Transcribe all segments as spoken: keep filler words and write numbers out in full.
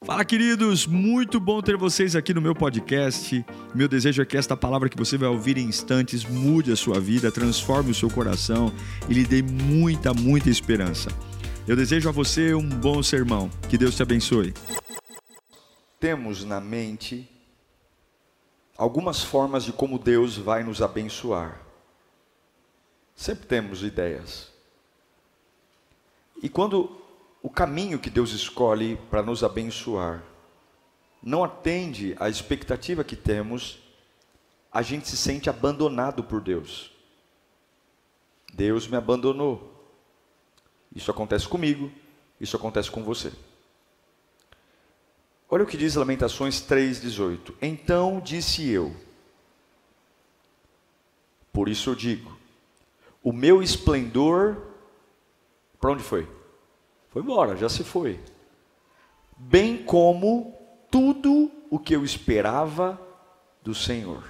Fala, queridos, muito bom ter vocês aqui no meu podcast. Meu desejo é que esta palavra que você vai ouvir em instantes mude a sua vida, transforme o seu coração e lhe dê muita, muita esperança. Eu desejo a você um bom sermão. Que Deus te abençoe. Temos na mente algumas formas de como Deus vai nos abençoar. Sempre temos ideias. E quando o caminho que Deus escolhe para nos abençoar não atende à expectativa que temos, a gente se sente abandonado por Deus. Deus me abandonou. Isso acontece comigo, isso acontece com você. Olha o que diz Lamentações três, dezoito. Então disse eu, por isso eu digo, o meu esplendor, para onde foi? Foi embora, já se foi. Bem como tudo o que eu esperava do Senhor.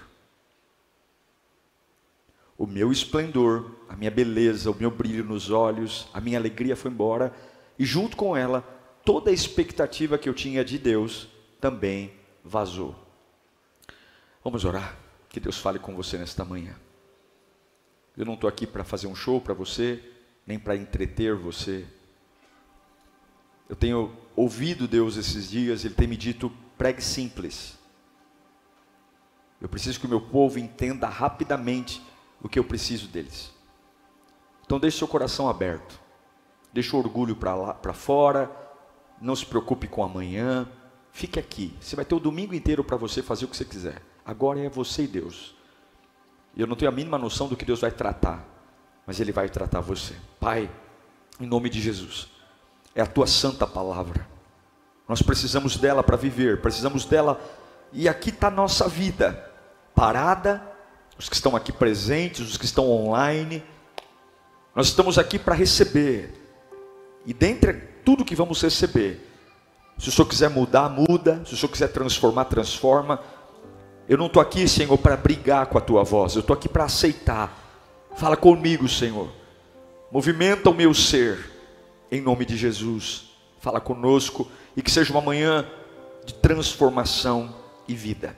O meu esplendor, a minha beleza, o meu brilho nos olhos, a minha alegria foi embora. E junto com ela, toda a expectativa que eu tinha de Deus também vazou. Vamos orar, que Deus fale com você nesta manhã. Eu não estou aqui para fazer um show para você, nem para entreter você. Eu tenho ouvido Deus esses dias, Ele tem me dito, pregue simples. Eu preciso que o meu povo entenda rapidamente o que eu preciso deles. Então deixe seu coração aberto. Deixe o orgulho para lá, para fora. Não se preocupe com amanhã. Fique aqui. Você vai ter o domingo inteiro para você fazer o que você quiser. Agora é você e Deus. E eu não tenho a mínima noção do que Deus vai tratar, mas Ele vai tratar você. Pai, em nome de Jesus. É a tua santa palavra. Nós precisamos dela para viver, precisamos dela. E aqui está a nossa vida, parada, os que estão aqui presentes, os que estão online. Nós estamos aqui para receber. E dentre tudo que vamos receber, se o Senhor quiser mudar, muda. Se o Senhor quiser transformar, transforma. Eu não estou aqui, Senhor, para brigar com a tua voz. Eu estou aqui para aceitar. Fala comigo, Senhor. Movimenta o meu ser. Em nome de Jesus, fala conosco e que seja uma manhã de transformação e vida.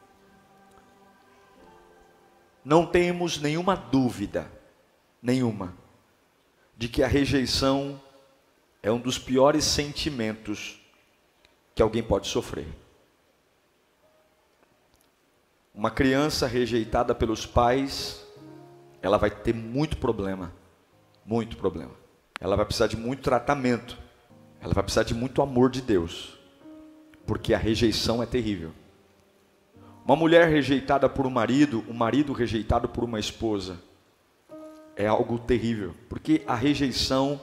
Não temos nenhuma dúvida, nenhuma, de que a rejeição é um dos piores sentimentos que alguém pode sofrer. Uma criança rejeitada pelos pais, ela vai ter muito problema, muito problema. Ela vai precisar de muito tratamento. Ela vai precisar de muito amor de Deus. Porque a rejeição é terrível. Uma mulher rejeitada por um marido, um marido rejeitado por uma esposa, é algo terrível. Porque a rejeição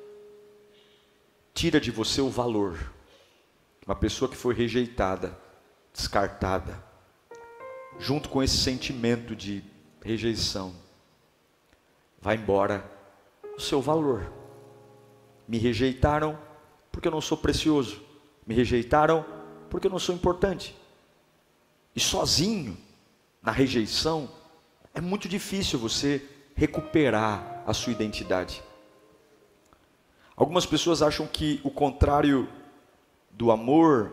tira de você o valor. Uma pessoa que foi rejeitada, descartada, junto com esse sentimento de rejeição, vai embora o seu valor. Me rejeitaram porque eu não sou precioso. Me rejeitaram porque eu não sou importante. E sozinho, na rejeição, é muito difícil você recuperar a sua identidade. Algumas pessoas acham que o contrário do amor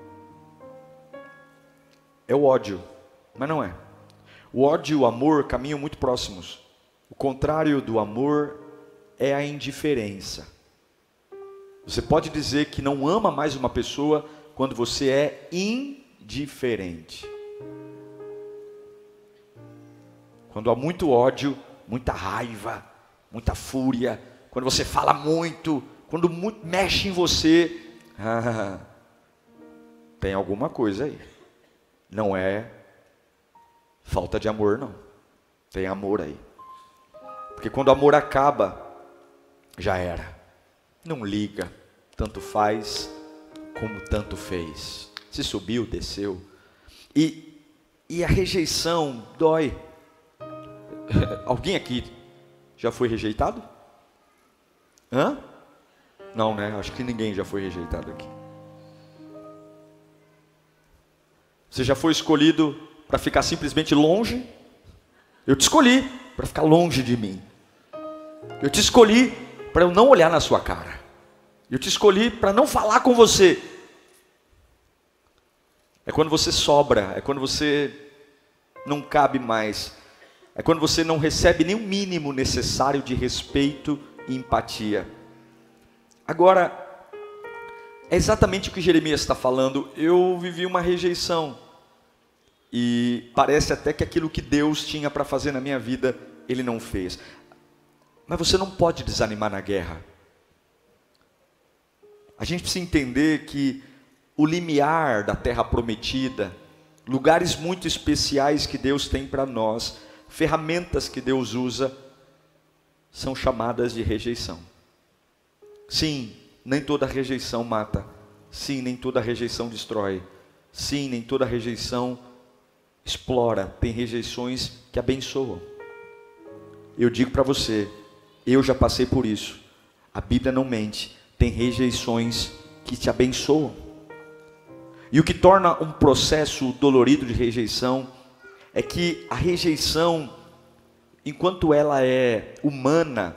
é o ódio, mas não é. O ódio e o amor caminham muito próximos. O contrário do amor é a indiferença. Você pode dizer que não ama mais uma pessoa quando você é indiferente. Quando há muito ódio, muita raiva, muita fúria, quando você fala muito, quando muito mexe em você, ah, tem alguma coisa aí. Não é falta de amor, não. Tem amor aí. Porque quando o amor acaba, já era. Não liga, tanto faz como tanto fez. Se subiu, desceu. E, e a rejeição dói. Alguém aqui já foi rejeitado? Hã? Não, né? Acho que ninguém já foi rejeitado aqui. Você já foi escolhido para ficar simplesmente longe? Eu te escolhi para ficar longe de mim. Eu te escolhi para eu não olhar na sua cara. Eu te escolhi para não falar com você. É quando você sobra, é quando você não cabe mais. É quando você não recebe nem o mínimo necessário de respeito e empatia. Agora, é exatamente o que Jeremias está falando. Eu vivi uma rejeição. E parece até que aquilo que Deus tinha para fazer na minha vida, Ele não fez. Mas você não pode desanimar na guerra. A gente precisa entender que o limiar da terra prometida, lugares muito especiais que Deus tem para nós, ferramentas que Deus usa, são chamadas de rejeição. Sim, nem toda rejeição mata. Sim, nem toda rejeição destrói. Sim, nem toda rejeição explora. Tem rejeições que abençoam. Eu digo para você, eu já passei por isso. A Bíblia não mente. Tem rejeições que te abençoam. E o que torna um processo dolorido de rejeição é que a rejeição, enquanto ela é humana,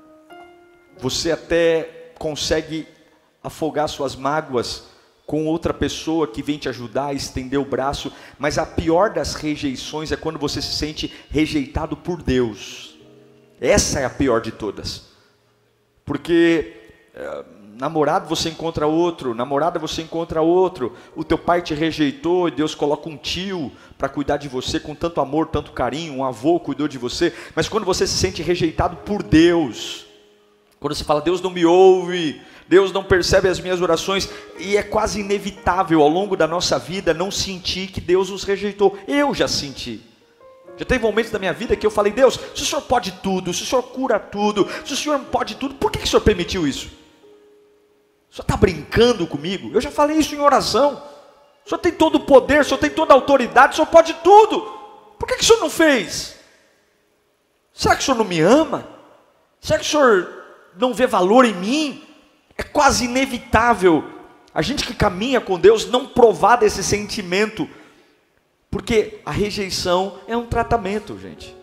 você até consegue afogar suas mágoas com outra pessoa que vem te ajudar a estender o braço, mas a pior das rejeições é quando você se sente rejeitado por Deus. Essa é a pior de todas. Porque é, namorado você encontra outro, namorada você encontra outro, o teu pai te rejeitou e Deus coloca um tio para cuidar de você com tanto amor, tanto carinho, um avô cuidou de você, mas quando você se sente rejeitado por Deus, quando você fala, Deus não me ouve, Deus não percebe as minhas orações, e é quase inevitável ao longo da nossa vida não sentir que Deus nos rejeitou. Eu já senti. Já teve momentos da minha vida que eu falei, Deus, se o Senhor pode tudo, se o Senhor cura tudo, se o Senhor pode tudo, por que, que o Senhor permitiu isso? O Senhor está brincando comigo? Eu já falei isso em oração. O Senhor tem todo o poder, o Senhor tem toda a autoridade, o Senhor pode tudo. Por que, que o Senhor não fez? Será que o Senhor não me ama? Será que o Senhor não vê valor em mim? É quase inevitável a gente que caminha com Deus não provar desse sentimento, porque a rejeição é um tratamento, gente.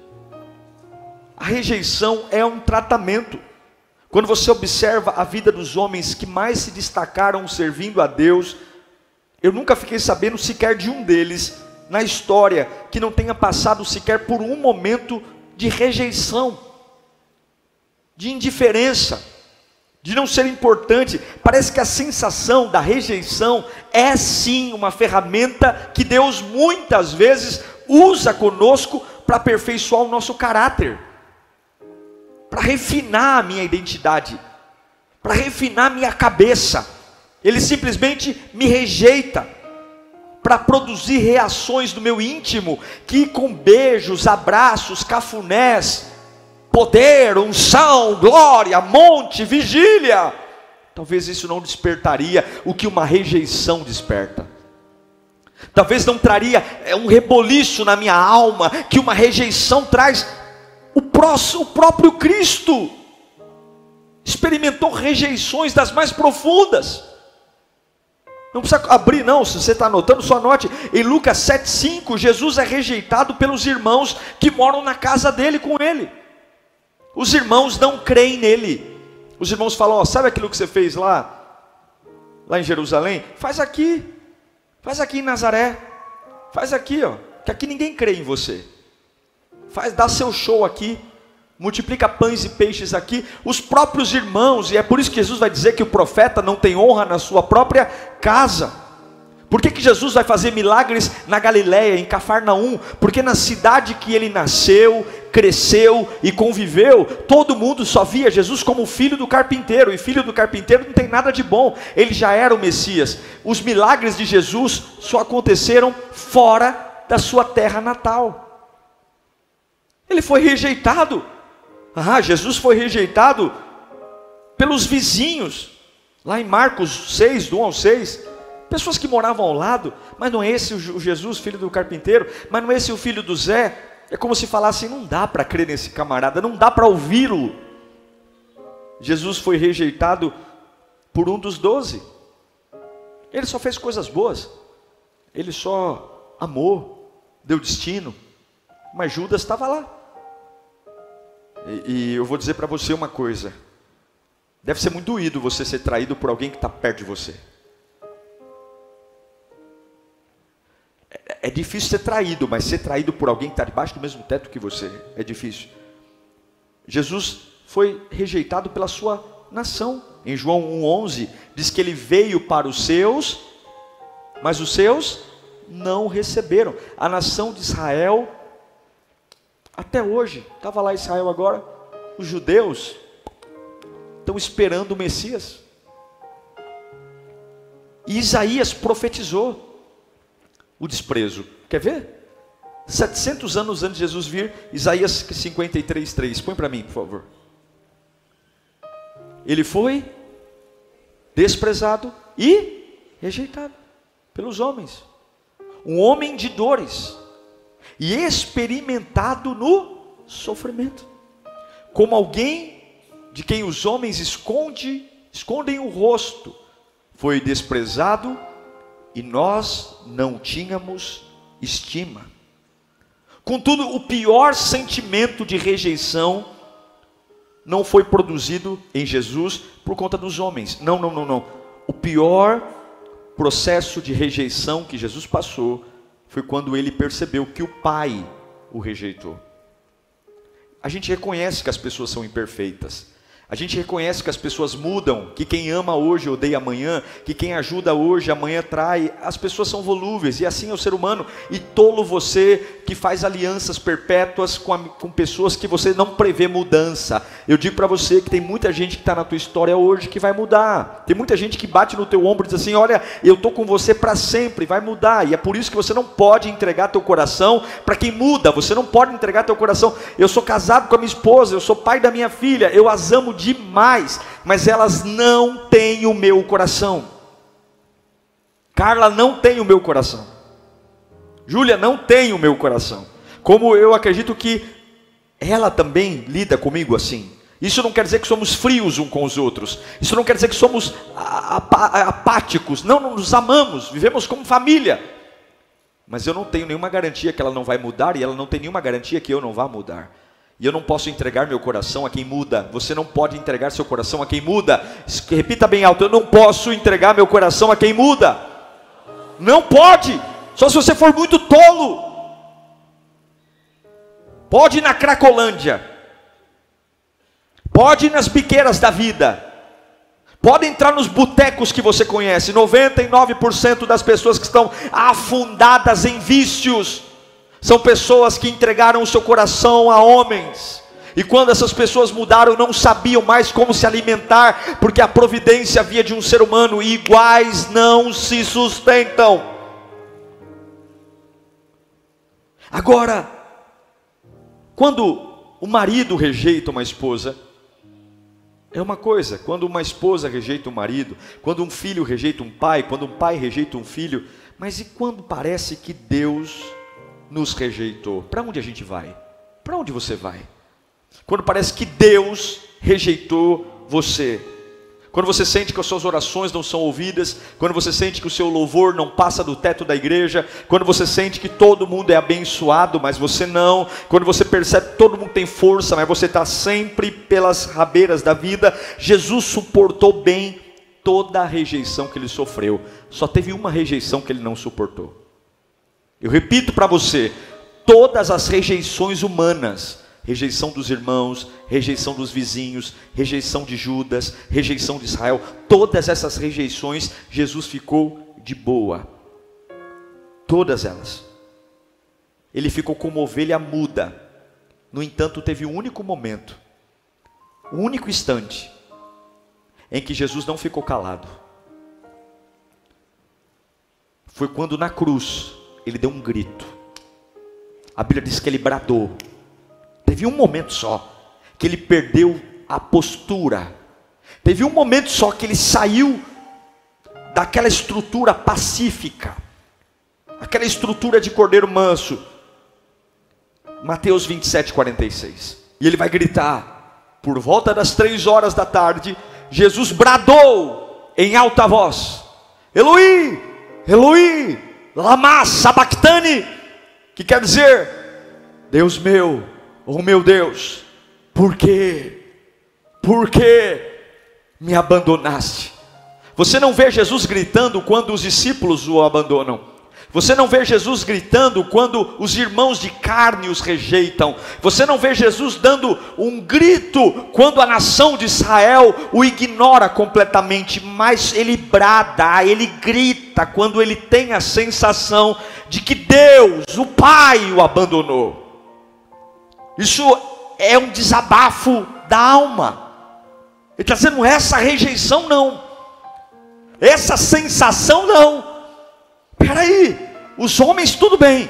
A rejeição é um tratamento. Quando você observa a vida dos homens que mais se destacaram servindo a Deus, eu nunca fiquei sabendo sequer de um deles na história que não tenha passado sequer por um momento de rejeição, de indiferença, de não ser importante. Parece que a sensação da rejeição é sim uma ferramenta que Deus muitas vezes usa conosco para aperfeiçoar o nosso caráter, para refinar a minha identidade, para refinar a minha cabeça. Ele simplesmente me rejeita para produzir reações no meu íntimo que com beijos, abraços, cafunés, poder, unção, glória, monte, vigília, talvez isso não despertaria o que uma rejeição desperta. Talvez não traria um reboliço na minha alma que uma rejeição traz. O, próximo, o próprio Cristo experimentou rejeições das mais profundas. Não precisa abrir não, se você está anotando, só anote. Em Lucas sete, cinco, Jesus é rejeitado pelos irmãos que moram na casa dele com ele. Os irmãos não creem nele. Os irmãos falam, ó, sabe aquilo que você fez lá, lá em Jerusalém? Faz aqui, faz aqui em Nazaré, faz aqui, ó, que aqui ninguém crê em você. Faz, dá seu show aqui, multiplica pães e peixes aqui. Os próprios irmãos, e é por isso que Jesus vai dizer que o profeta não tem honra na sua própria casa. Por que que Jesus vai fazer milagres na Galileia, em Cafarnaum? Porque na cidade que ele nasceu, cresceu e conviveu, todo mundo só via Jesus como filho do carpinteiro, e filho do carpinteiro não tem nada de bom, ele já era o Messias. Os milagres de Jesus só aconteceram fora da sua terra natal. Ele foi rejeitado. Ah, Jesus foi rejeitado pelos vizinhos, lá em Marcos seis, do um ao seis, pessoas que moravam ao lado. Mas não é esse o Jesus, filho do carpinteiro? Mas não é esse o filho do Zé? É como se falassem, não dá para crer nesse camarada, não dá para ouvi-lo. Jesus foi rejeitado por um dos doze. Ele só fez coisas boas, ele só amou, deu destino, mas Judas estava lá. E, e eu vou dizer para você uma coisa, deve ser muito doído você ser traído por alguém que está perto de você. É difícil ser traído, mas ser traído por alguém que está debaixo do mesmo teto que você é difícil. Jesus foi rejeitado pela sua nação. Em João um onze diz que ele veio para os seus, mas os seus não receberam. A nação de Israel, até hoje, estava lá Israel agora, os judeus estão esperando o Messias. E Isaías profetizou o desprezo. Quer ver? setecentos anos antes de Jesus vir, Isaías cinquenta e três, três. Põe para mim, por favor. Ele foi desprezado e rejeitado pelos homens. Um homem de dores e experimentado no sofrimento. Como alguém de quem os homens esconde, escondem o rosto. Foi desprezado e nós não tínhamos estima. Contudo, o pior sentimento de rejeição não foi produzido em Jesus por conta dos homens. Não, não, não, não. O pior processo de rejeição que Jesus passou foi quando ele percebeu que o Pai o rejeitou. A gente reconhece que as pessoas são imperfeitas. A gente reconhece que as pessoas mudam, que quem ama hoje odeia amanhã, que quem ajuda hoje amanhã trai. As pessoas são volúveis e assim é o ser humano. E tolo você que faz alianças perpétuas com, a, com pessoas que você não prevê mudança. Eu digo para você que tem muita gente que está na tua história hoje que vai mudar. Tem muita gente que bate no teu ombro e diz assim, olha, eu estou com você para sempre, vai mudar. E é por isso que você não pode entregar teu coração para quem muda. Você não pode entregar teu coração. Eu sou casado com a minha esposa, eu sou pai da minha filha, eu as amo demais, mas elas não têm o meu coração. Carla não tem o meu coração. Júlia não tem o meu coração. Como eu acredito que ela também lida comigo assim. Isso não quer dizer que somos frios uns com os outros. Isso não quer dizer que somos apáticos. Não, não nos amamos, vivemos como família. Mas eu não tenho nenhuma garantia que ela não vai mudar e ela não tem nenhuma garantia que eu não vá mudar. E eu não posso entregar meu coração a quem muda. Você não pode entregar seu coração a quem muda. Repita bem alto, eu não posso entregar meu coração a quem muda. Não pode. Só se você for muito tolo. Pode ir na Cracolândia. Pode ir nas biqueiras da vida. Pode entrar nos botecos que você conhece. noventa e nove por cento das pessoas que estão afundadas em vícios são pessoas que entregaram o seu coração a homens. E quando essas pessoas mudaram, não sabiam mais como se alimentar, porque a providência havia de um ser humano, e iguais não se sustentam. Agora, quando o marido rejeita uma esposa, é uma coisa. Quando uma esposa rejeita um marido, quando um filho rejeita um pai, quando um pai rejeita um filho, mas e quando parece que Deus nos rejeitou? Para onde a gente vai? Para onde você vai? Quando parece que Deus rejeitou você. Quando você sente que as suas orações não são ouvidas. Quando você sente que o seu louvor não passa do teto da igreja. Quando você sente que todo mundo é abençoado, mas você não. Quando você percebe que todo mundo tem força, mas você está sempre pelas rabeiras da vida. Jesus suportou bem toda a rejeição que ele sofreu. Só teve uma rejeição que ele não suportou. Eu repito para você, todas as rejeições humanas, rejeição dos irmãos, rejeição dos vizinhos, rejeição de Judas, rejeição de Israel, todas essas rejeições, Jesus ficou de boa. Todas elas. Ele ficou como ovelha muda. No entanto, teve um único momento, um único instante, em que Jesus não ficou calado. Foi quando na cruz, ele deu um grito. A Bíblia diz que ele bradou. Teve um momento só que ele perdeu a postura. Teve um momento só que ele saiu daquela estrutura pacífica, aquela estrutura de cordeiro manso. Mateus vinte e sete, quarenta e seis. E ele vai gritar. Por volta das três horas da tarde, Jesus bradou em alta voz: Eloi, Eloi, lama sabachthani, que quer dizer, Deus meu, oh meu Deus, por quê? Por que me abandonaste? Você não vê Jesus gritando quando os discípulos o abandonam. Você não vê Jesus gritando quando os irmãos de carne os rejeitam. Você não vê Jesus dando um grito quando a nação de Israel o ignora completamente. Mas ele brada, ele grita quando ele tem a sensação de que Deus, o Pai, o abandonou. Isso é um desabafo da alma. Ele está dizendo, essa rejeição não, essa sensação não. Peraí, os homens tudo bem,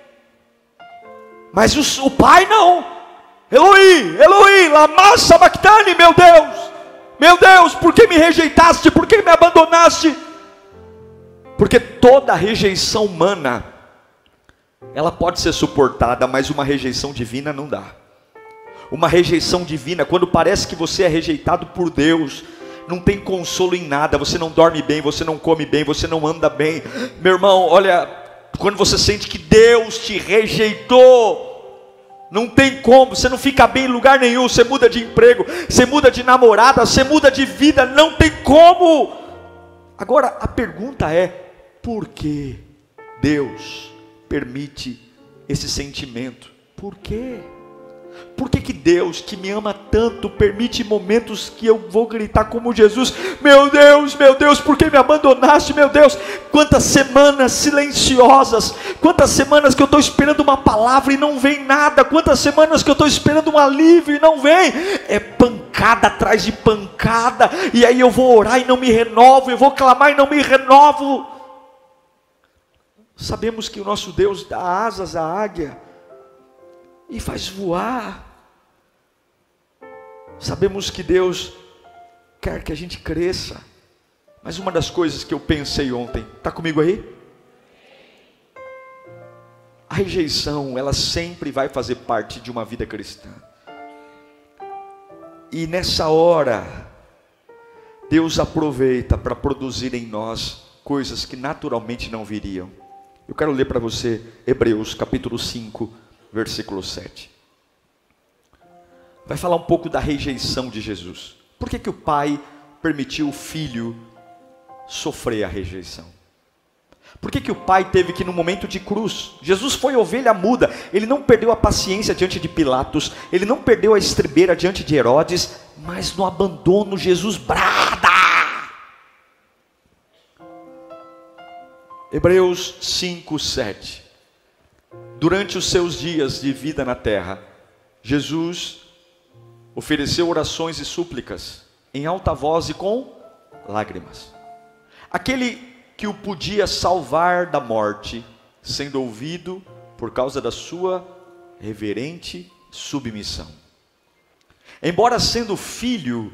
mas os, o Pai não. Eloi, Eloi, lama sabachthani, meu Deus, meu Deus, por que me rejeitaste, por que me abandonaste? Porque toda rejeição humana, ela pode ser suportada, mas uma rejeição divina não dá. Uma rejeição divina, quando parece que você é rejeitado por Deus, não tem consolo em nada, você não dorme bem, você não come bem, você não anda bem. Meu irmão, olha, quando você sente que Deus te rejeitou, não tem como, você não fica bem em lugar nenhum, você muda de emprego, você muda de namorada, você muda de vida, não tem como. Agora a pergunta é, por que Deus permite esse sentimento? Por quê? Por que que Deus, que me ama tanto, permite momentos que eu vou gritar como Jesus, meu Deus, meu Deus, por que me abandonaste, meu Deus? Quantas semanas silenciosas, quantas semanas que eu estou esperando uma palavra e não vem nada, quantas semanas que eu estou esperando um alívio e não vem, é pancada atrás de pancada, e aí eu vou orar e não me renovo, eu vou clamar e não me renovo. Sabemos que o nosso Deus dá asas à águia e faz voar. Sabemos que Deus quer que a gente cresça. Mas uma das coisas que eu pensei ontem, está comigo aí? A rejeição, ela sempre vai fazer parte de uma vida cristã. E nessa hora, Deus aproveita para produzir em nós coisas que naturalmente não viriam. Eu quero ler para você Hebreus capítulo cinco, versículo sete. Vai falar um pouco da rejeição de Jesus. Por que que o Pai permitiu o Filho sofrer a rejeição? Por que que o Pai teve que, no momento de cruz, Jesus foi ovelha muda, ele não perdeu a paciência diante de Pilatos, ele não perdeu a estribeira diante de Herodes, mas no abandono Jesus brada. Hebreus cinco, sete. Durante os seus dias de vida na terra, Jesus ofereceu orações e súplicas em alta voz e com lágrimas. Aquele que o podia salvar da morte, sendo ouvido por causa da sua reverente submissão. Embora sendo filho,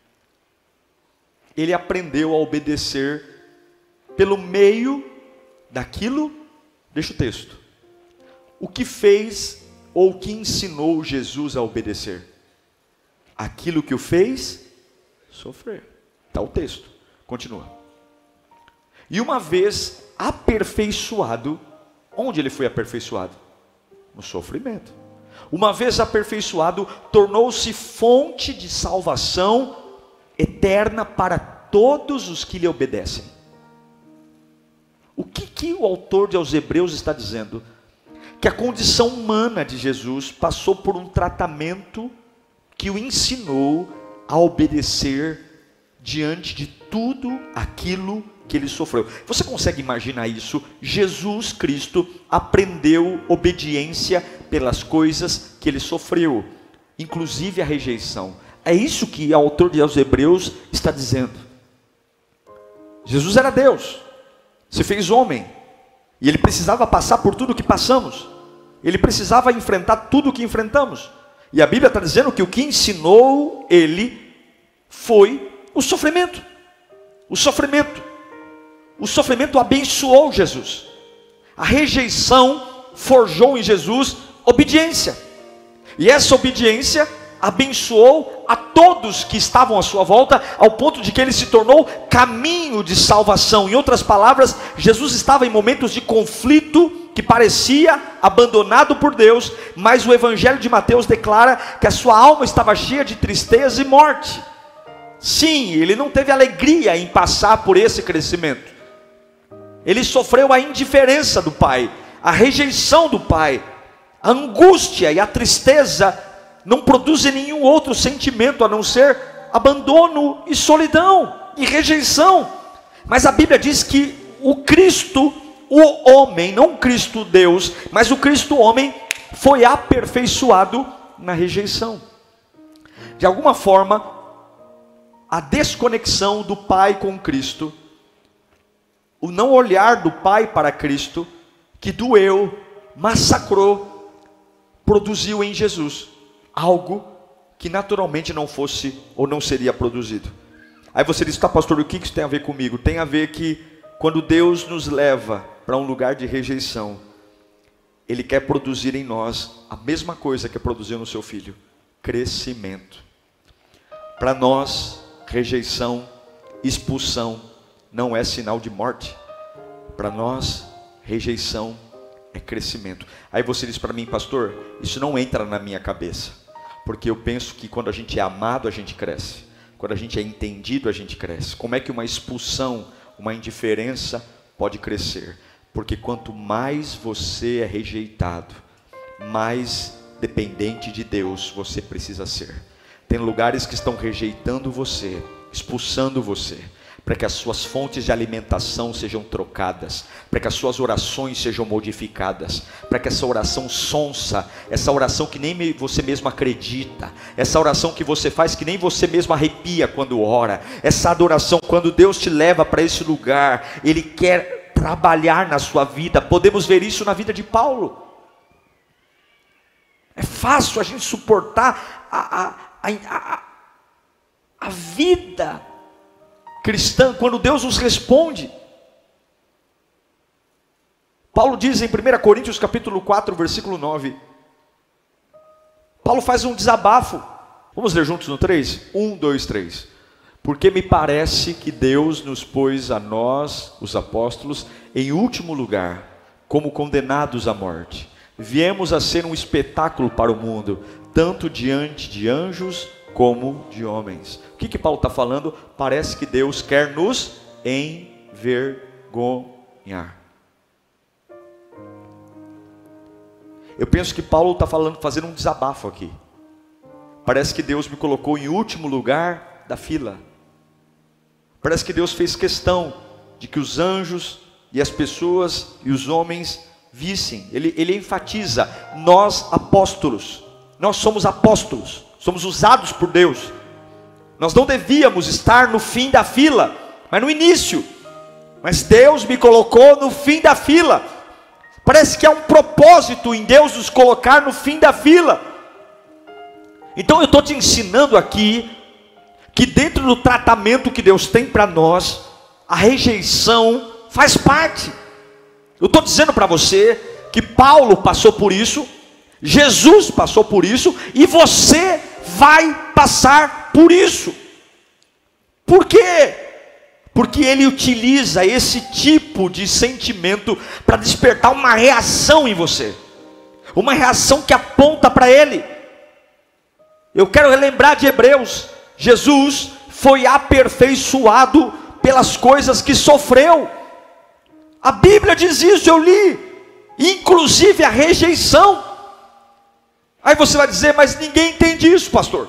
ele aprendeu a obedecer pelo meio daquilo, deixa o texto, o que fez ou o que ensinou Jesus a obedecer? Aquilo que o fez sofrer. Está o texto, continua. E uma vez aperfeiçoado, onde ele foi aperfeiçoado? No sofrimento. Uma vez aperfeiçoado, tornou-se fonte de salvação eterna para todos os que lhe obedecem. O que, que o autor de aos Hebreus está dizendo? Que a condição humana de Jesus passou por um tratamento que o ensinou a obedecer diante de tudo aquilo que ele sofreu. Você consegue imaginar isso? Jesus Cristo aprendeu obediência pelas coisas que ele sofreu, inclusive a rejeição. É isso que o autor de aos Hebreus está dizendo. Jesus era Deus, se fez homem, e ele precisava passar por tudo que passamos, ele precisava enfrentar tudo que enfrentamos, e a Bíblia está dizendo que o que ensinou ele foi o sofrimento, o sofrimento, o sofrimento abençoou Jesus, a rejeição forjou em Jesus obediência, e essa obediência abençoou a todos que estavam à sua volta, ao ponto de que ele se tornou caminho de salvação. Em outras palavras, Jesus estava em momentos de conflito, que parecia abandonado por Deus, mas o Evangelho de Mateus declara que a sua alma estava cheia de tristeza e morte. Sim, ele não teve alegria em passar por esse crescimento, Ele sofreu a indiferença do pai, a rejeição do pai. A angústia e a tristeza não produzem nenhum outro sentimento a não ser abandono e solidão e rejeição. Mas a Bíblia diz que o Cristo, o homem, não o Cristo Deus, mas o Cristo homem, foi aperfeiçoado na rejeição. De alguma forma, a desconexão do Pai com Cristo, o não olhar do Pai para Cristo, que doeu, massacrou, produziu em Jesus algo que naturalmente não fosse ou não seria produzido. Aí você diz, tá pastor, o que isso tem a ver comigo? Tem a ver que quando Deus nos leva para um lugar de rejeição, Ele quer produzir em nós a mesma coisa que produziu no seu filho: crescimento. Para nós, rejeição, expulsão não é sinal de morte. Para nós, rejeição é crescimento. Aí você diz para mim, pastor, isso não entra na minha cabeça, porque eu penso que quando a gente é amado, a gente cresce. Quando a gente é entendido, a gente cresce. Como é que uma expulsão, uma indiferença pode crescer? Porque quanto mais você é rejeitado, mais dependente de Deus você precisa ser. Tem lugares que estão rejeitando você, expulsando você, para que as suas fontes de alimentação sejam trocadas, para que as suas orações sejam modificadas, para que essa oração sonsa, essa oração que nem você mesmo acredita, essa oração que você faz que nem você mesmo arrepia quando ora, essa adoração, quando Deus te leva para esse lugar, Ele quer trabalhar na sua vida. Podemos ver isso na vida de Paulo. É fácil a gente suportar a, a, a, a, a vida cristã quando Deus nos responde. Paulo diz em primeira Coríntios capítulo quatro, versículo nove. Paulo faz um desabafo. Vamos ler juntos no três? um, dois, três. Porque me parece que Deus nos pôs a nós, os apóstolos, em último lugar, como condenados à morte. Viemos a ser um espetáculo para o mundo, tanto diante de anjos como de homens. O que que Paulo está falando? Parece que Deus quer nos envergonhar. Eu penso que Paulo está falando, fazendo um desabafo aqui. Parece que Deus me colocou em último lugar da fila. Parece que Deus fez questão de que os anjos e as pessoas e os homens vissem. Ele, ele enfatiza, nós apóstolos, nós somos apóstolos, somos usados por Deus. Nós não devíamos estar no fim da fila, mas no início. Mas Deus me colocou no fim da fila. Parece que há um propósito em Deus nos colocar no fim da fila. Então eu estou te ensinando aqui, que dentro do tratamento que Deus tem para nós, a rejeição faz parte. Eu estou dizendo para você, que Paulo passou por isso, Jesus passou por isso, e você vai passar por isso. Por quê? Porque ele utiliza esse tipo de sentimento para despertar uma reação em você, uma reação que aponta para ele. Eu quero relembrar de Hebreus. Jesus foi aperfeiçoado pelas coisas que sofreu. A Bíblia diz isso, eu li, inclusive a rejeição. Aí você vai dizer, mas ninguém entende isso, pastor.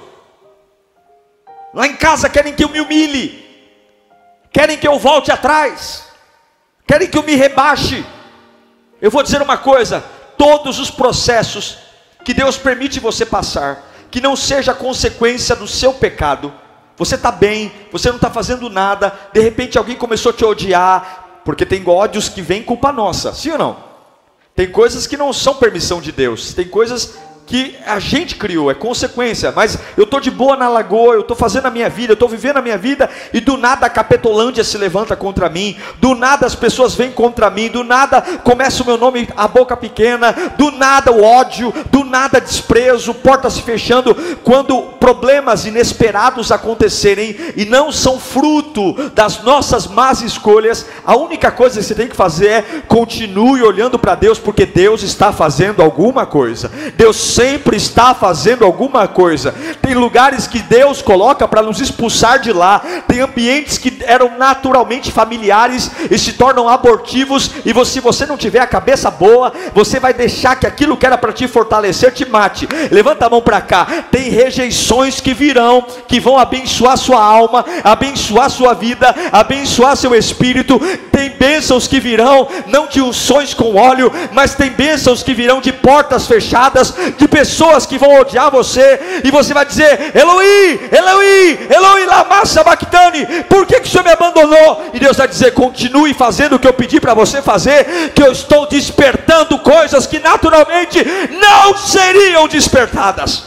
Lá em casa querem que eu me humilhe, querem que eu volte atrás, querem que eu me rebaixe. Eu vou dizer uma coisa: todos os processos que Deus permite você passar, que não seja consequência do seu pecado, você está bem, você não está fazendo nada, de repente alguém começou a te odiar, porque tem ódios que vêm culpa nossa, sim ou não? Tem coisas que não são permissão de Deus, tem coisas que a gente criou, é consequência. Mas eu estou de boa na lagoa, eu estou fazendo a minha vida, eu estou vivendo a minha vida, e do nada a Capetolândia se levanta contra mim, do nada as pessoas vêm contra mim, do nada começa o meu nome, a boca pequena, do nada o ódio, do nada desprezo, portas se fechando. Quando problemas inesperados acontecerem, e não são fruto das nossas más escolhas, a única coisa que você tem que fazer é, continue olhando para Deus, porque Deus está fazendo alguma coisa. Deus sempre está fazendo alguma coisa. Tem lugares que Deus coloca para nos expulsar de lá, tem ambientes que eram naturalmente familiares e se tornam abortivos, e você, se você não tiver a cabeça boa, você vai deixar que aquilo que era para te fortalecer te mate. Levanta a mão para cá. Tem rejeições que virão, que vão abençoar sua alma, abençoar sua vida, abençoar seu espírito. Tem bênçãos que virão, não de unções com óleo, mas tem bênçãos que virão de portas fechadas, de pessoas que vão odiar você, e você vai dizer: Eloi, Eloi, Eloi lama sabachthani, por que que o Senhor me abandonou? E Deus vai dizer: continue fazendo o que eu pedi para você fazer, que eu estou despertando coisas que naturalmente não seriam despertadas.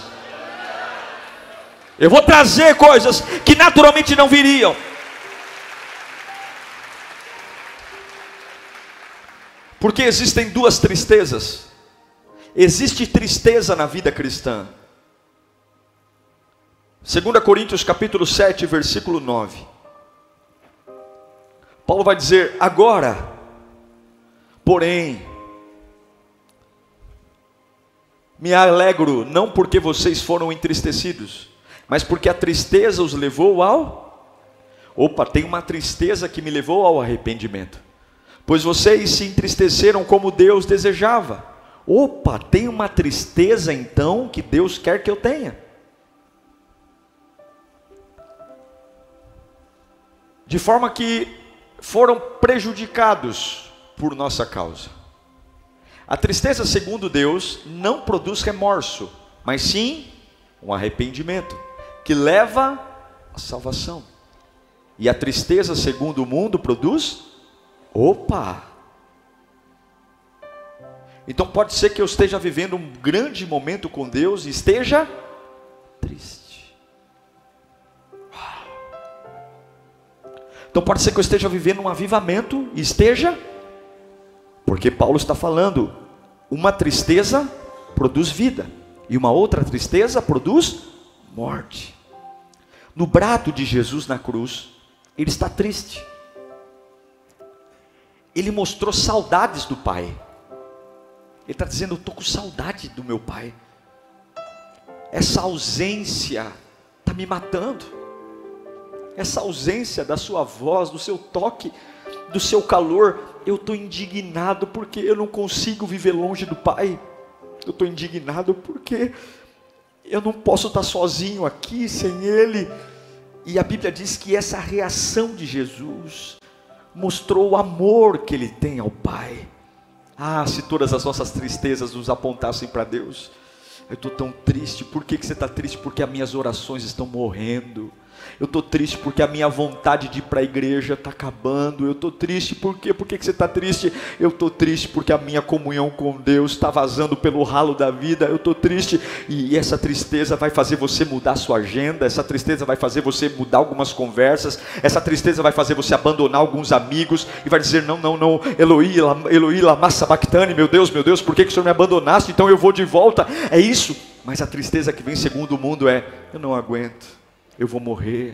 Eu vou trazer coisas que naturalmente não viriam. Porque existem duas tristezas. Existe tristeza na vida cristã. Segunda Coríntios capítulo sete, versículo nove. Paulo vai dizer: agora, porém, me alegro, não porque vocês foram entristecidos, mas porque a tristeza os levou ao... Opa, tem uma tristeza que me levou ao arrependimento. Pois vocês se entristeceram como Deus desejava. Opa, tem uma tristeza então que Deus quer que eu tenha. De forma que foram prejudicados por nossa causa. A tristeza, segundo Deus, não produz remorso, mas sim um arrependimento, que leva à salvação. E a tristeza, segundo o mundo, produz... Opa! Então pode ser que eu esteja vivendo um grande momento com Deus e esteja triste. Então pode ser que eu esteja vivendo um avivamento e esteja... Porque Paulo está falando, uma tristeza produz vida, e uma outra tristeza produz morte. No brado de Jesus na cruz, ele está triste. Ele mostrou saudades do Pai. Ele está dizendo: eu estou com saudade do meu Pai. Essa ausência está me matando. Essa ausência da sua voz, do seu toque, do seu calor. Eu estou indignado porque eu não consigo viver longe do Pai. Eu estou indignado porque eu não posso estar sozinho aqui sem Ele. E a Bíblia diz que essa reação de Jesus mostrou o amor que Ele tem ao Pai. Ah, se todas as nossas tristezas nos apontassem para Deus. Eu estou tão triste. Por que que você está triste? Porque as minhas orações estão morrendo. Eu estou triste porque a minha vontade de ir para a igreja está acabando. Eu estou triste por quê? Por que que você está triste? Eu estou triste porque a minha comunhão com Deus está vazando pelo ralo da vida. Eu estou triste, e essa tristeza vai fazer você mudar a sua agenda. Essa tristeza vai fazer você mudar algumas conversas. Essa tristeza vai fazer você abandonar alguns amigos e vai dizer: não, não, não, Eloi, Eloi lama sabachthani, meu Deus, meu Deus, por que que o Senhor me abandonaste? Então eu vou de volta. É isso. Mas a tristeza que vem segundo o mundo é: eu não aguento. Eu vou morrer,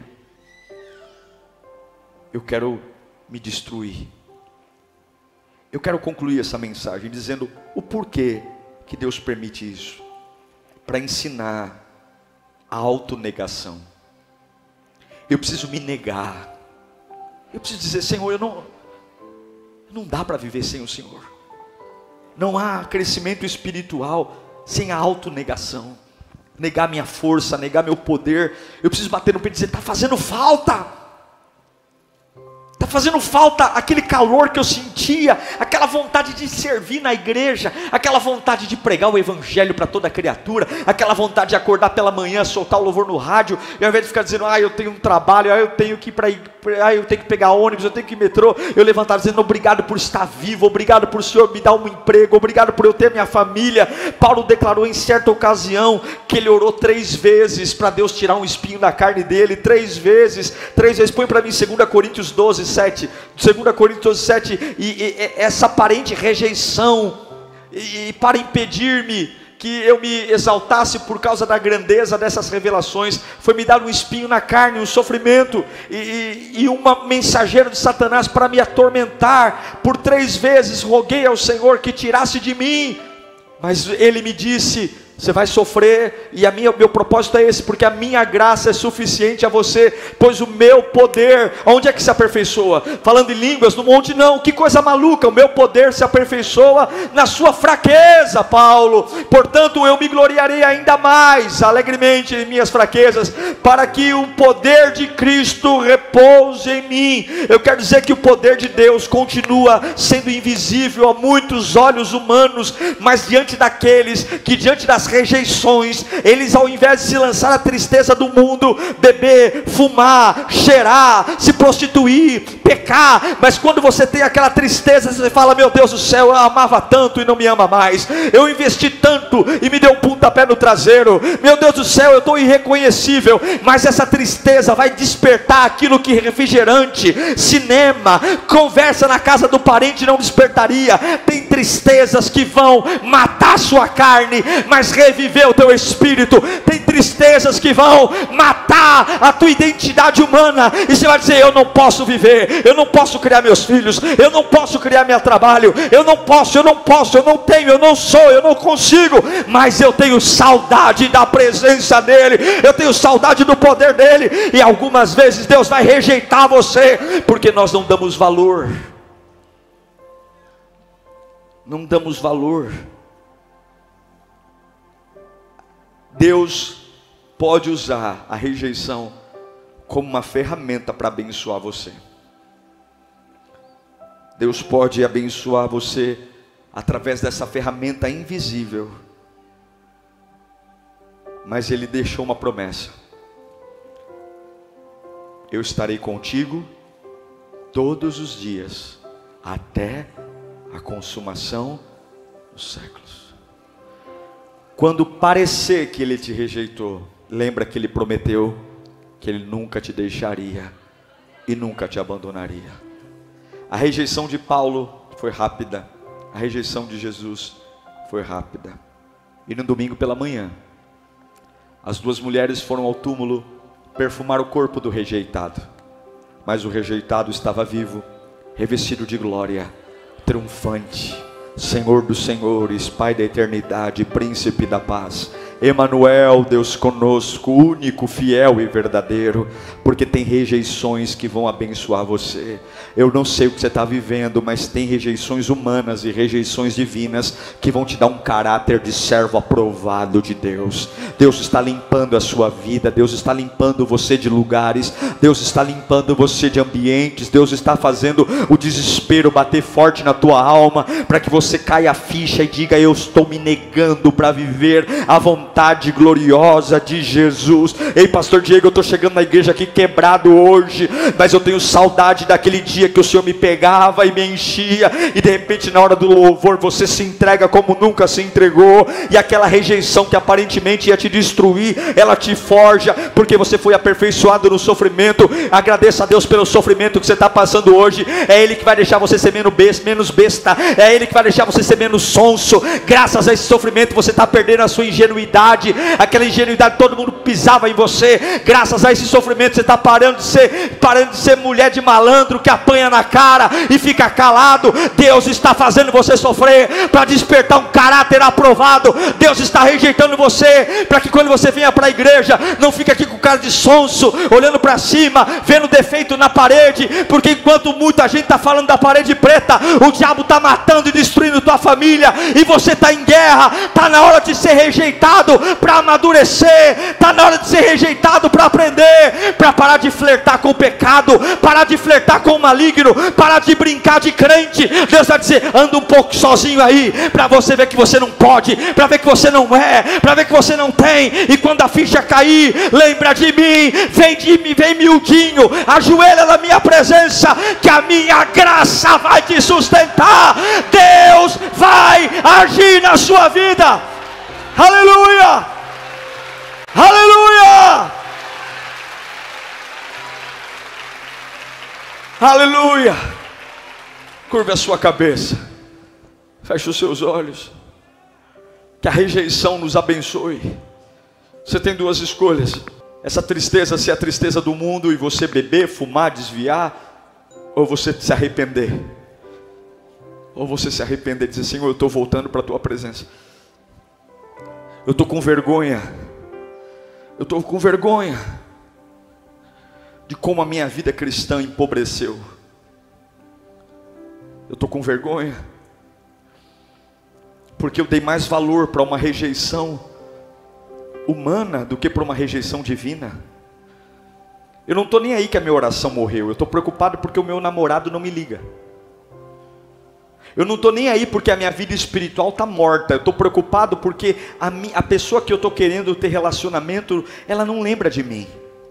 eu quero me destruir. Eu quero concluir essa mensagem dizendo o porquê que Deus permite isso. Para ensinar a autonegação. Eu preciso me negar. Eu preciso dizer: Senhor, eu não, não dá para viver sem o Senhor. Não há crescimento espiritual sem a autonegação. Negar minha força, negar meu poder. Eu preciso bater no peito e dizer: está fazendo falta. Está fazendo falta aquele calor que eu sentia, aquela vontade de servir na igreja, aquela vontade de pregar o evangelho para toda criatura, aquela vontade de acordar pela manhã, soltar o louvor no rádio, e ao invés de ficar dizendo: ah, eu tenho um trabalho, ah, eu tenho que ir para, ah, eu tenho que pegar ônibus, eu tenho que ir metrô, eu levantar dizendo: obrigado por estar vivo, obrigado por o Senhor me dar um emprego, obrigado por eu ter minha família. Paulo declarou em certa ocasião que ele orou três vezes para Deus tirar um espinho da carne dele, três vezes, três vezes. Põe para mim segunda Coríntios doze, sete, segunda Coríntios doze, sete, e, e, e essa aparente rejeição, e, e para impedir-me que eu me exaltasse por causa da grandeza dessas revelações, foi me dar um espinho na carne, um sofrimento, e, e, e uma mensageira de Satanás para me atormentar. Por três vezes roguei ao Senhor que tirasse de mim, mas Ele me disse: Você vai sofrer, e a minha, meu propósito é esse, porque a minha graça é suficiente a você, pois o meu poder, onde é que se aperfeiçoa? Falando em línguas, no monte não, que coisa maluca, o meu poder se aperfeiçoa na sua fraqueza, Paulo. Portanto eu me gloriarei ainda mais, alegremente em minhas fraquezas, para que o poder de Cristo repouse em mim. Eu quero dizer que o poder de Deus continua sendo invisível a muitos olhos humanos, mas diante daqueles que diante das rejeições, eles ao invés de se lançar à tristeza do mundo, beber, fumar, cheirar, se prostituir, pecar, mas quando você tem aquela tristeza, você fala: meu Deus do céu, eu amava tanto e não me ama mais, eu investi tanto e me deu um pontapé no traseiro, meu Deus do céu, eu estou irreconhecível. Mas essa tristeza vai despertar aquilo que refrigerante, cinema, conversa na casa do parente não despertaria. Tem tristezas que vão matar a sua carne, mas reviver o teu espírito. Tem tristezas que vão matar a tua identidade humana, e você vai dizer: eu não posso viver, eu não posso criar meus filhos, eu não posso criar meu trabalho, eu não posso, eu não posso, eu não tenho, eu não sou, eu não consigo, mas eu tenho saudade da presença dele, eu tenho saudade do poder dele. E algumas vezes Deus vai rejeitar você, porque nós não damos valor, não damos valor. Deus pode usar a rejeição como uma ferramenta para abençoar você. Deus pode abençoar você através dessa ferramenta invisível. Mas Ele deixou uma promessa: eu estarei contigo todos os dias, até a consumação dos séculos. Quando parecer que Ele te rejeitou, lembra que Ele prometeu que Ele nunca te deixaria e nunca te abandonaria. A rejeição de Paulo foi rápida, a rejeição de Jesus foi rápida. E no domingo pela manhã, as duas mulheres foram ao túmulo perfumar o corpo do rejeitado, mas o rejeitado estava vivo, revestido de glória, triunfante, Senhor dos senhores, Pai da eternidade, Príncipe da paz, Emanuel, Deus conosco, único, fiel e verdadeiro. Porque tem rejeições que vão abençoar você. Eu não sei o que você está vivendo, mas tem rejeições humanas e rejeições divinas que vão te dar um caráter de servo aprovado de Deus. Deus está limpando a sua vida, Deus está limpando você de lugares, Deus está limpando você de ambientes, Deus está fazendo o desespero bater forte na tua alma, para que você caia a ficha e diga: eu estou me negando para viver a vontade gloriosa de Jesus. Ei, pastor Diego, eu estou chegando na igreja aqui quebrado hoje, mas eu tenho saudade daquele dia que o Senhor me pegava e me enchia, e de repente na hora do louvor você se entrega como nunca se entregou, e aquela rejeição que aparentemente ia te destruir, ela te forja, porque você foi aperfeiçoado no sofrimento. Agradeça a Deus pelo sofrimento que você está passando hoje. É Ele que vai deixar você ser menos besta, menos besta. É Ele que vai deixar você ser menos sonso. Graças a esse sofrimento você está perdendo a sua ingenuidade, aquela ingenuidade, todo mundo pisava em você. Graças a esse sofrimento você está parando de ser, parando de ser mulher de malandro que apanha na cara e fica calado. Deus está fazendo você sofrer para despertar um caráter aprovado. Deus está rejeitando você para que quando você venha para a igreja não fique aqui com cara de sonso, olhando para cima, vendo defeito na parede, porque enquanto muita gente está falando da parede preta, o diabo está matando e destruindo tua família, e você está em guerra. Está na hora de ser rejeitado para amadurecer, está na hora de ser rejeitado para aprender, para parar de flertar com o pecado, parar de flertar com o maligno, parar de brincar de crente. Deus vai dizer: anda um pouco sozinho aí, para você ver que você não pode, para ver que você não é, para ver que você não tem. E quando a ficha cair, lembra de mim, vem de mim, vem miudinho, ajoelha na minha presença, que a minha graça vai te sustentar. Deus vai agir na sua vida. Aleluia, aleluia, aleluia. Curve a sua cabeça, feche os seus olhos. Que a rejeição nos abençoe. Você tem duas escolhas: essa tristeza ser a tristeza do mundo e você beber, fumar, desviar, ou você se arrepender. Ou você se arrepender e dizer: Senhor, eu estou voltando para a tua presença. Eu estou com vergonha. Eu estou com vergonha de como a minha vida cristã empobreceu. Eu estou com vergonha porque eu dei mais valor para uma rejeição humana do que para uma rejeição divina. Eu não estou nem aí que a minha oração morreu. Eu estou preocupado porque o meu namorado não me liga. Eu não estou nem aí porque a minha vida espiritual está morta. Eu estou preocupado porque a, mi, a pessoa que eu estou querendo ter relacionamento, ela não lembra de mim.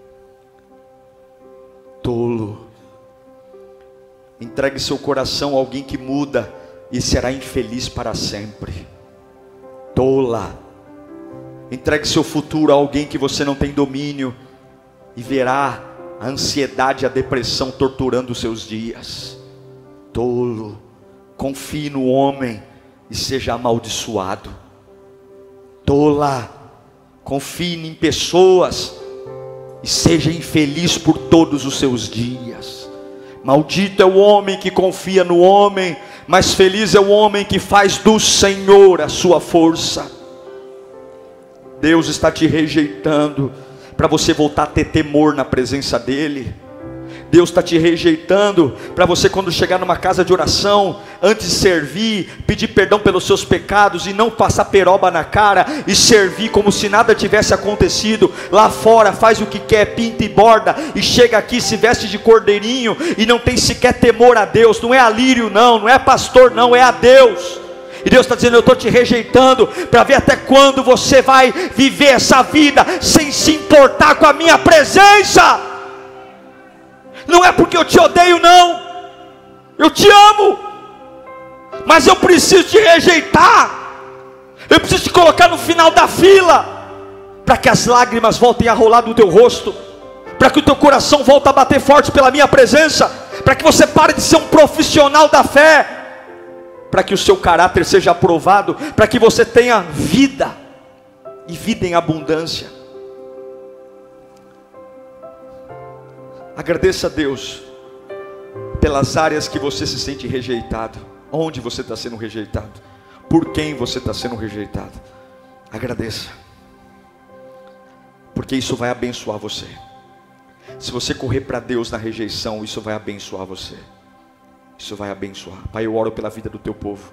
Tolo. Entregue seu coração a alguém que muda e será infeliz para sempre. Tola. Entregue seu futuro a alguém que você não tem domínio e verá a ansiedade e a depressão torturando os seus dias. Tolo. Confie no homem e seja amaldiçoado. Tola. Confie em pessoas e seja infeliz por todos os seus dias. Maldito é o homem que confia no homem, mas feliz é o homem que faz do Senhor a sua força. Deus está te rejeitando para você voltar a ter temor na presença dEle. Deus está te rejeitando para você, quando chegar numa casa de oração, antes de servir, pedir perdão pelos seus pecados e não passar peroba na cara e servir como se nada tivesse acontecido. Lá fora faz o que quer, pinta e borda, e chega aqui, se veste de cordeirinho e não tem sequer temor a Deus. Não é a lírio não, não é pastor não, é a Deus. E Deus está dizendo: eu estou te rejeitando para ver até quando você vai viver essa vida sem se importar com a minha presença. Não é porque eu te odeio não, eu te amo, mas eu preciso te rejeitar. Eu preciso te colocar no final da fila, para que as lágrimas voltem a rolar do teu rosto, para que o teu coração volte a bater forte pela minha presença, para que você pare de ser um profissional da fé, para que o seu caráter seja aprovado, para que você tenha vida, e vida em abundância. Agradeça a Deus pelas áreas que você se sente rejeitado. Onde você está sendo rejeitado? Por quem você está sendo rejeitado? Agradeça, porque isso vai abençoar você. Se você correr para Deus na rejeição, isso vai abençoar você. Isso vai abençoar. Pai, eu oro pela vida do teu povo.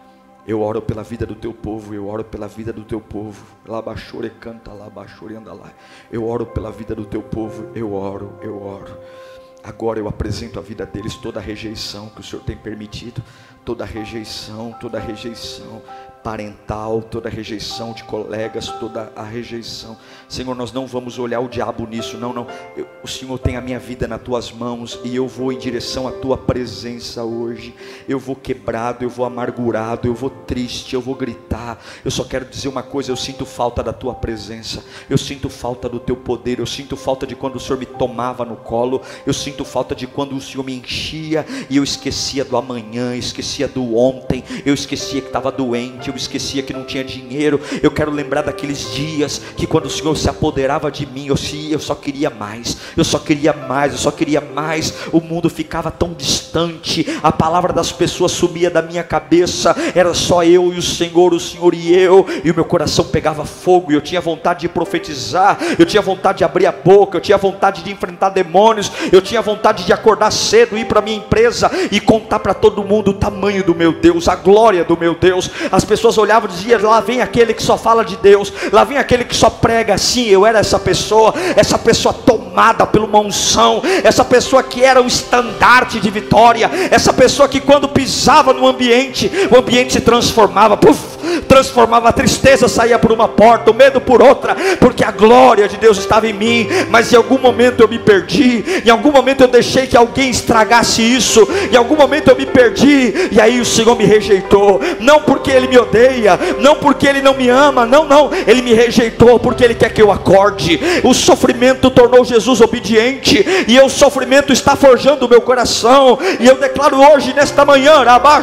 Eu oro pela vida do teu povo, eu oro pela vida do teu povo. Labachore canta, labachore anda lá. Eu oro pela vida do teu povo, eu oro, eu oro. Agora eu apresento a vida deles, toda a rejeição que o Senhor tem permitido, toda a rejeição, toda a rejeição parental, toda a rejeição de colegas, toda a rejeição. Senhor, nós não vamos olhar o diabo nisso, não, não. Eu, o Senhor tem a minha vida nas tuas mãos e eu vou em direção à tua presença hoje. Eu vou quebrado, eu vou amargurado, eu vou triste, eu vou gritar. Eu só quero dizer uma coisa: eu sinto falta da tua presença, eu sinto falta do teu poder, eu sinto falta de quando o Senhor me tomava no colo, eu sinto falta de quando o Senhor me enchia e eu esquecia do amanhã, esquecia do ontem, eu esquecia que estava doente, eu esquecia que não tinha dinheiro. Eu quero lembrar daqueles dias que quando o Senhor se apoderava de mim, eu, eu só queria mais, eu só queria mais, eu só queria mais. O mundo ficava tão distante, a palavra das pessoas sumia da minha cabeça, era só eu e o Senhor, o Senhor e eu, e o meu coração pegava fogo, e eu tinha vontade de profetizar, eu tinha vontade de abrir a boca, eu tinha vontade de enfrentar demônios, eu tinha vontade de acordar cedo, ir para minha empresa e contar para todo mundo o tamanho do meu Deus, a glória do meu Deus. As pessoas olhavam e diziam: lá vem aquele que só fala de Deus, lá vem aquele que só prega. Assim, eu era essa pessoa, essa pessoa tomada por uma unção, essa pessoa que era um estandarte de vitória, essa pessoa que quando pisava no ambiente, o ambiente se transformava, puff, transformava, a tristeza saía por uma porta, o medo por outra, porque a glória de Deus estava em mim. Mas em algum momento eu me perdi, em algum momento eu deixei que alguém estragasse isso, em algum momento eu me perdi, e aí o Senhor me rejeitou, não porque Ele me odeia, não porque Ele não me ama, não, não, Ele me rejeitou porque Ele quer que eu acorde. O sofrimento tornou Jesus obediente, e o sofrimento está forjando o meu coração, e eu declaro hoje, nesta manhã,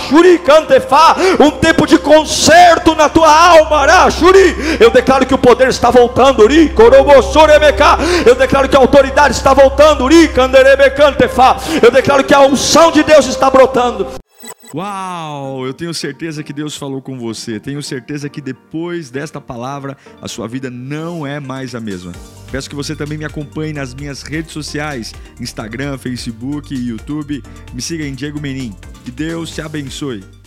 um tempo de conserto na tua alma. Eu declaro que o poder está voltando, eu declaro que a autoridade está voltando, eu declaro que a unção de Deus está brotando. Uau! Eu tenho certeza que Deus falou com você. Tenho certeza que depois desta palavra, a sua vida não é mais a mesma. Peço que você também me acompanhe nas minhas redes sociais, Instagram, Facebook e YouTube. Me siga em Diego Menin. Que Deus te abençoe.